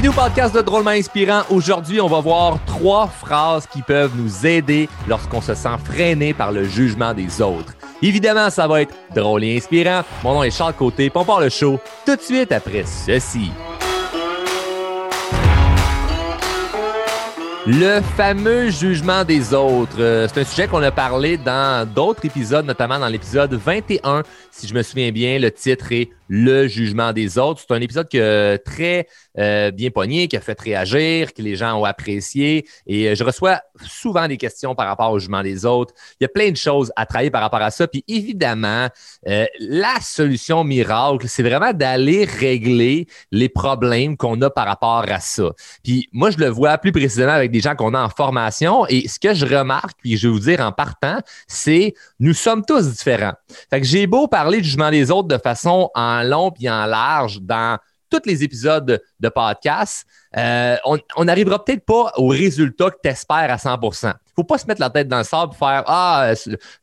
Bienvenue au podcast de Drôlement Inspirant. Aujourd'hui, on va voir 3 phrases qui peuvent nous aider lorsqu'on se sent freiné par le jugement des autres. Évidemment, ça va être drôle et inspirant. Mon nom est Charles Côté, puis on part le show tout de suite après ceci. Le fameux jugement des autres, c'est un sujet qu'on a parlé dans d'autres épisodes, notamment dans l'épisode 21. Si je me souviens bien, le titre est « Le jugement des autres ». C'est un épisode qui a très bien pogné, qui a fait réagir, que les gens ont apprécié. Et je reçois souvent des questions par rapport au jugement des autres. Il y a plein de choses à travailler par rapport à ça. Puis évidemment, la solution miracle, c'est vraiment d'aller régler les problèmes qu'on a par rapport à ça. Puis moi, je le vois plus précisément avec des gens qu'on a en formation. Et ce que je remarque, puis je vais vous dire en partant, c'est nous sommes tous différents. Fait que j'ai beau parler du jugement des autres de façon en long puis en large dans tous les épisodes de podcast, on n'arrivera peut-être pas au résultat que tu espères à 100%. Il ne faut pas se mettre la tête dans le sable et faire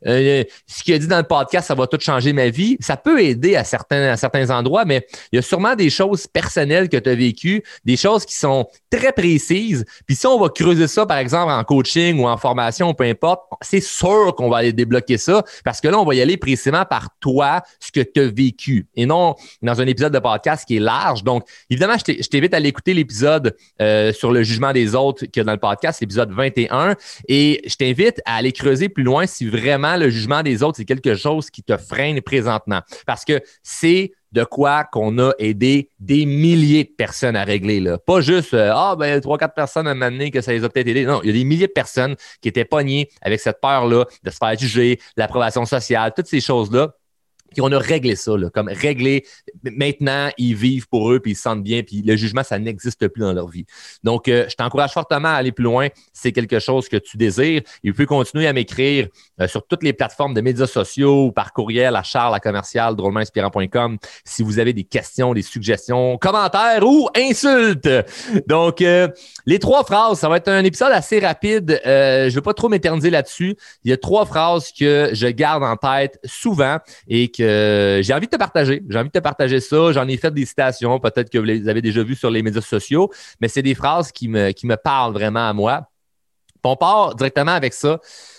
ce qu'il a dit dans le podcast, ça va tout changer ma vie. Ça peut aider à certains endroits, mais il y a sûrement des choses personnelles que tu as vécues, des choses qui sont très précises. Puis si on va creuser ça, par exemple, en coaching ou en formation, peu importe, c'est sûr qu'on va aller débloquer ça parce que là, on va y aller précisément par toi, ce que tu as vécu et non dans un épisode de podcast qui est large. Donc, évidemment, je t'invite à aller écouter l'épisode sur le jugement des autres qu'il y a dans le podcast, l'épisode 21. Et je t'invite à aller creuser plus loin si vraiment le jugement des autres, c'est quelque chose qui te freine présentement. Parce que c'est de quoi qu'on a aidé des milliers de personnes à régler. Là. Pas juste 3-4 personnes à un moment donné que ça les a peut-être aidés. Non, il y a des milliers de personnes qui étaient pognées avec cette peur-là de se faire juger, l'approbation sociale, toutes ces choses-là. Puis on a réglé ça, là, comme réglé. Maintenant, ils vivent pour eux, puis ils se sentent bien, puis le jugement, ça n'existe plus dans leur vie. Donc, je t'encourage fortement à aller plus loin. C'est quelque chose que tu désires. Et vous pouvez continuer à m'écrire sur toutes les plateformes de médias sociaux ou par courriel à charles@drôlementinspirant.com si vous avez des questions, des suggestions, commentaires ou insultes. Donc, les 3 phrases, ça va être un épisode assez rapide. Je ne vais pas trop m'éterniser là-dessus. Il y a 3 phrases que je garde en tête souvent et que j'ai envie de te partager. J'ai envie de te partager ça. J'en ai fait des citations, peut-être que vous les avez déjà vues sur les médias sociaux, mais c'est des phrases qui me parlent vraiment à moi. Puis on part directement avec ça.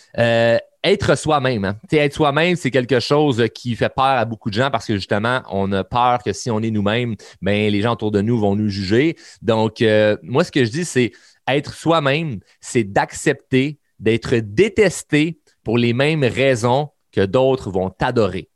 Être soi-même. Hein. Être soi-même, c'est quelque chose qui fait peur à beaucoup de gens parce que justement, on a peur que si on est nous-mêmes, ben les gens autour de nous vont nous juger. Donc, moi, ce que je dis, c'est être soi-même, c'est d'accepter d'être détesté pour les mêmes raisons que d'autres vont t'adorer.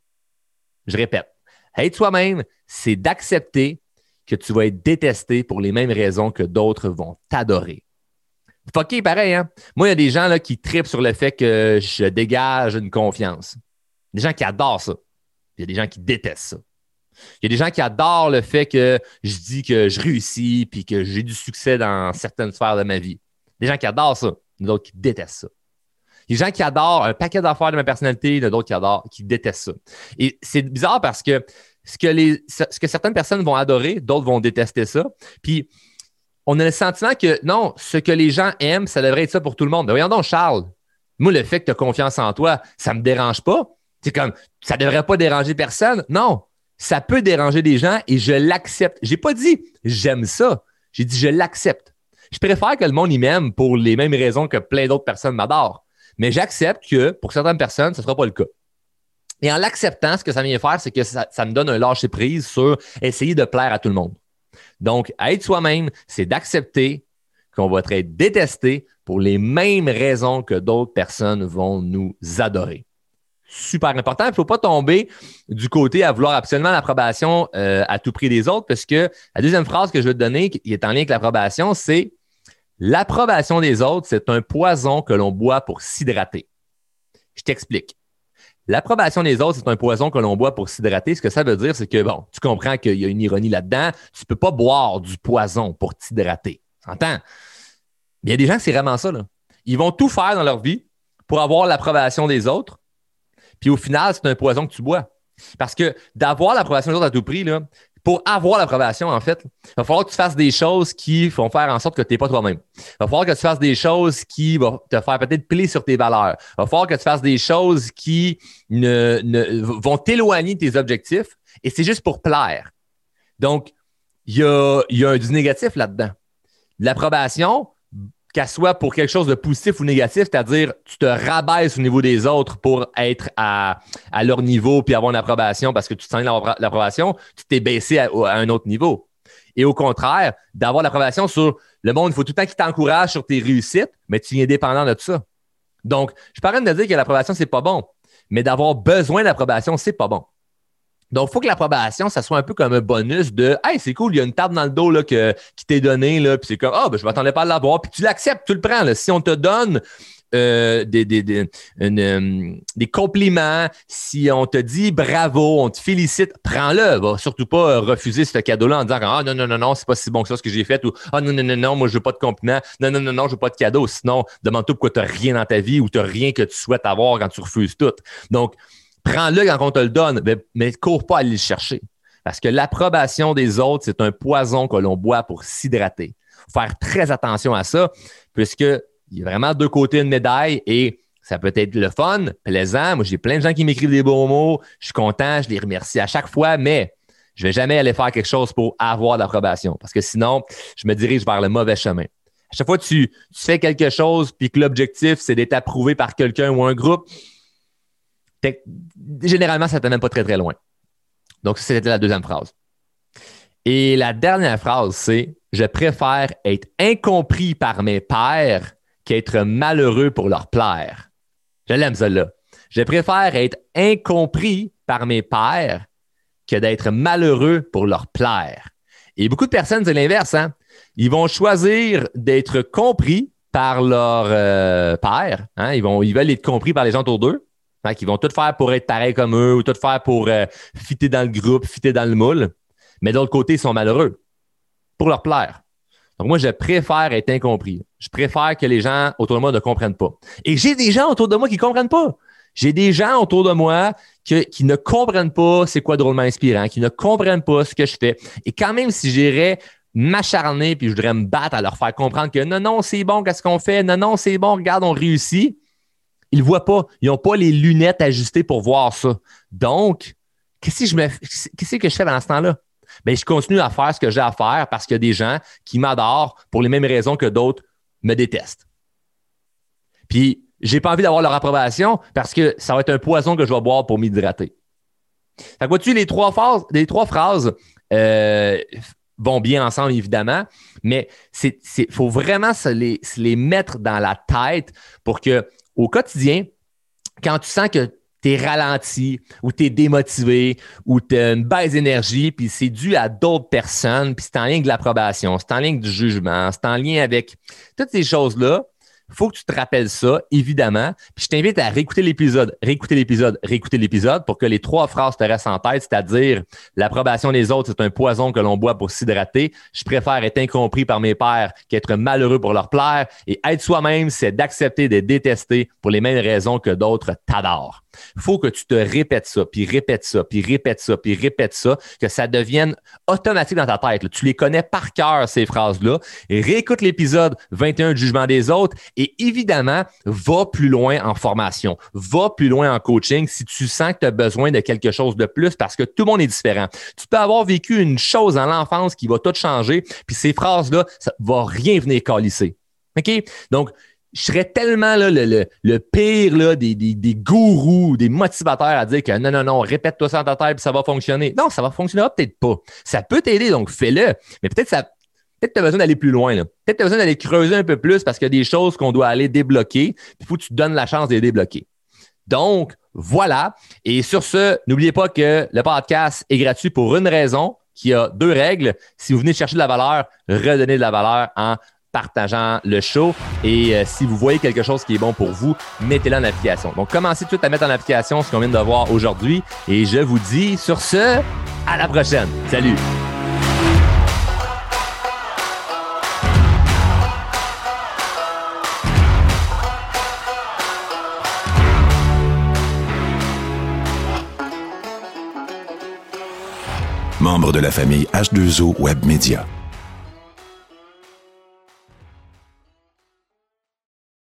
Je répète, être soi-même, c'est d'accepter que tu vas être détesté pour les mêmes raisons que d'autres vont t'adorer. Fucké, pareil, hein? Moi, il y a des gens là, qui trippent sur le fait que je dégage une confiance. Des gens qui adorent ça. Il y a des gens qui détestent ça. Il y a des gens qui adorent le fait que je dis que je réussis puis que j'ai du succès dans certaines sphères de ma vie. Des gens qui adorent ça. D'autres qui détestent ça. Il y a des gens qui adorent un paquet d'affaires de ma personnalité, il y en a d'autres qui détestent ça. Et c'est bizarre parce que ce que certaines personnes vont adorer, d'autres vont détester ça. Puis, on a le sentiment que non, ce que les gens aiment, ça devrait être ça pour tout le monde. Mais voyons donc, Charles, moi, le fait que tu as confiance en toi, ça ne me dérange pas. C'est comme, ça ne devrait pas déranger personne. Non, ça peut déranger des gens et je l'accepte. Je n'ai pas dit j'aime ça. J'ai dit je l'accepte. Je préfère que le monde y m'aime pour les mêmes raisons que plein d'autres personnes m'adorent. Mais j'accepte que pour certaines personnes, ce ne sera pas le cas. Et en l'acceptant, ce que ça vient faire, c'est que ça me donne un lâcher-prise sur essayer de plaire à tout le monde. Donc, être soi-même, c'est d'accepter qu'on va être détesté pour les mêmes raisons que d'autres personnes vont nous adorer. Super important. Il ne faut pas tomber du côté à vouloir absolument l'approbation à tout prix des autres parce que la deuxième phrase que je vais te donner, qui est en lien avec l'approbation, c'est l'approbation des autres, c'est un poison que l'on boit pour s'hydrater. Je t'explique. L'approbation des autres, c'est un poison que l'on boit pour s'hydrater. Ce que ça veut dire, c'est que, bon, tu comprends qu'il y a une ironie là-dedans. Tu ne peux pas boire du poison pour t'hydrater. Tu entends? Il y a des gens qui c'est vraiment ça, là. Ils vont tout faire dans leur vie pour avoir l'approbation des autres. Puis au final, c'est un poison que tu bois. Parce que d'avoir l'approbation des autres à tout prix, là, pour avoir l'approbation, en fait, il va falloir que tu fasses des choses qui vont faire en sorte que tu n'es pas toi-même. Il va falloir que tu fasses des choses qui vont te faire peut-être plier sur tes valeurs. Il va falloir que tu fasses des choses qui vont t'éloigner de tes objectifs et c'est juste pour plaire. Donc, il y a du négatif là-dedans. L'approbation, qu'elle soit pour quelque chose de positif ou négatif, c'est-à-dire tu te rabaisses au niveau des autres pour être à leur niveau puis avoir une approbation parce que tu sens l'approbation, tu t'es baissé à un autre niveau. Et au contraire, d'avoir l'approbation sur le monde, il faut tout le temps qu'il t'encourage sur tes réussites, mais tu es indépendant de tout ça. Donc, je parle de dire que l'approbation, c'est pas bon, mais d'avoir besoin d'approbation, c'est pas bon. Donc, il faut que l'approbation, ça soit un peu comme un bonus de « Hey, c'est cool, il y a une table dans le dos là, qui t'est donnée, là, puis c'est comme « Ah, ben, je m'attendais pas à l'avoir. » Puis tu l'acceptes, tu le prends. Là. Si on te donne des compliments, si on te dit bravo, on te félicite, prends-le. Va surtout pas refuser ce cadeau-là en disant « Ah, non, c'est pas si bon que ça ce que j'ai fait. » ou « Ah, non, moi, je veux pas de compliments. Non, je veux pas de cadeau. » Sinon, demande-toi pourquoi tu n'as rien dans ta vie ou tu n'as rien que tu souhaites avoir quand tu refuses tout. Donc, prends-le quand on te le donne, mais cours pas à aller le chercher. Parce que l'approbation des autres, c'est un poison que l'on boit pour s'hydrater. Il faut faire très attention à ça, puisqu'il y a vraiment deux côtés de médaille et ça peut être le fun, plaisant. Moi, j'ai plein de gens qui m'écrivent des beaux mots. Je suis content, je les remercie à chaque fois, mais je ne vais jamais aller faire quelque chose pour avoir l'approbation. Parce que sinon, je me dirige vers le mauvais chemin. À chaque fois que tu fais quelque chose puis que l'objectif, c'est d'être approuvé par quelqu'un ou un groupe, généralement, ça ne t'amène pas très, très loin. Donc, c'était la deuxième phrase. Et la dernière phrase, c'est « Je préfère être incompris par mes pairs qu'être malheureux pour leur plaire. » Je l'aime, celle-là. Je préfère être incompris par mes pairs que d'être malheureux pour leur plaire. Et beaucoup de personnes, c'est l'inverse. Hein? Ils vont choisir d'être compris par leur pairs. Hein? Ils veulent être compris par les gens autour d'eux. Hein, qui vont tout faire pour être pareil comme eux ou tout faire pour fitter dans le groupe, fitter dans le moule. Mais de l'autre côté, ils sont malheureux pour leur plaire. Donc, moi, je préfère être incompris. Je préfère que les gens autour de moi ne comprennent pas. Et j'ai des gens autour de moi qui ne comprennent pas. J'ai des gens autour de moi qui ne comprennent pas c'est quoi drôlement inspirant, qui ne comprennent pas ce que je fais. Et quand même, si j'irais m'acharner puis je voudrais me battre à leur faire comprendre que non, c'est bon, qu'est-ce qu'on fait? Non, c'est bon, regarde, on réussit. Ils ne voient pas. Ils n'ont pas les lunettes ajustées pour voir ça. Donc, qu'est-ce que je fais pendant ce temps-là? Bien, je continue à faire ce que j'ai à faire parce qu'il y a des gens qui m'adorent pour les mêmes raisons que d'autres me détestent. Puis, je n'ai pas envie d'avoir leur approbation parce que ça va être un poison que je vais boire pour m'hydrater. Fait que vois-tu, les trois phrases vont bien ensemble, évidemment, mais il faut vraiment se les mettre dans la tête pour que au quotidien, quand tu sens que tu es ralenti ou tu es démotivé ou tu as une baisse d'énergie, puis c'est dû à d'autres personnes, puis c'est en lien avec l'approbation, c'est en lien avec du jugement, c'est en lien avec toutes ces choses-là, il faut que tu te rappelles ça, évidemment. Puis je t'invite à réécouter l'épisode pour que les trois phrases te restent en tête, c'est-à-dire l'approbation des autres, c'est un poison que l'on boit pour s'hydrater. Je préfère être incompris par mes pairs qu'être malheureux pour leur plaire. Et être soi-même, c'est d'accepter d'être détesté pour les mêmes raisons que d'autres t'adorent. Il faut que tu te répètes ça, puis répètes ça, puis répètes ça, puis répètes ça, que ça devienne automatique dans ta tête. Là. Tu les connais par cœur, ces phrases-là. Et réécoute l'épisode 21 du Jugement des autres et évidemment, va plus loin en formation, va plus loin en coaching si tu sens que tu as besoin de quelque chose de plus parce que tout le monde est différent. Tu peux avoir vécu une chose dans l'enfance qui va tout changer, puis ces phrases-là, ça va rien venir calisser. OK? Donc, je serais tellement là, le pire là, des gourous, des motivateurs à dire que non, répète-toi ça dans ta tête et ça va fonctionner. Non, ça va fonctionner peut-être pas. Ça peut t'aider, donc fais-le. Mais peut-être que tu as besoin d'aller plus loin. Là. Peut-être que tu as besoin d'aller creuser un peu plus parce qu'il y a des choses qu'on doit aller débloquer. Il faut que tu te donnes la chance de les débloquer. Donc, voilà. Et sur ce, n'oubliez pas que le podcast est gratuit pour une raison, qui a 2 règles. Si vous venez chercher de la valeur, redonnez de la valeur en partageant le show. Et si vous voyez quelque chose qui est bon pour vous, mettez-le en application. Donc, commencez tout de suite à mettre en application ce qu'on vient de voir aujourd'hui. Et je vous dis sur ce, à la prochaine. Salut! Membre de la famille H2O Web Media.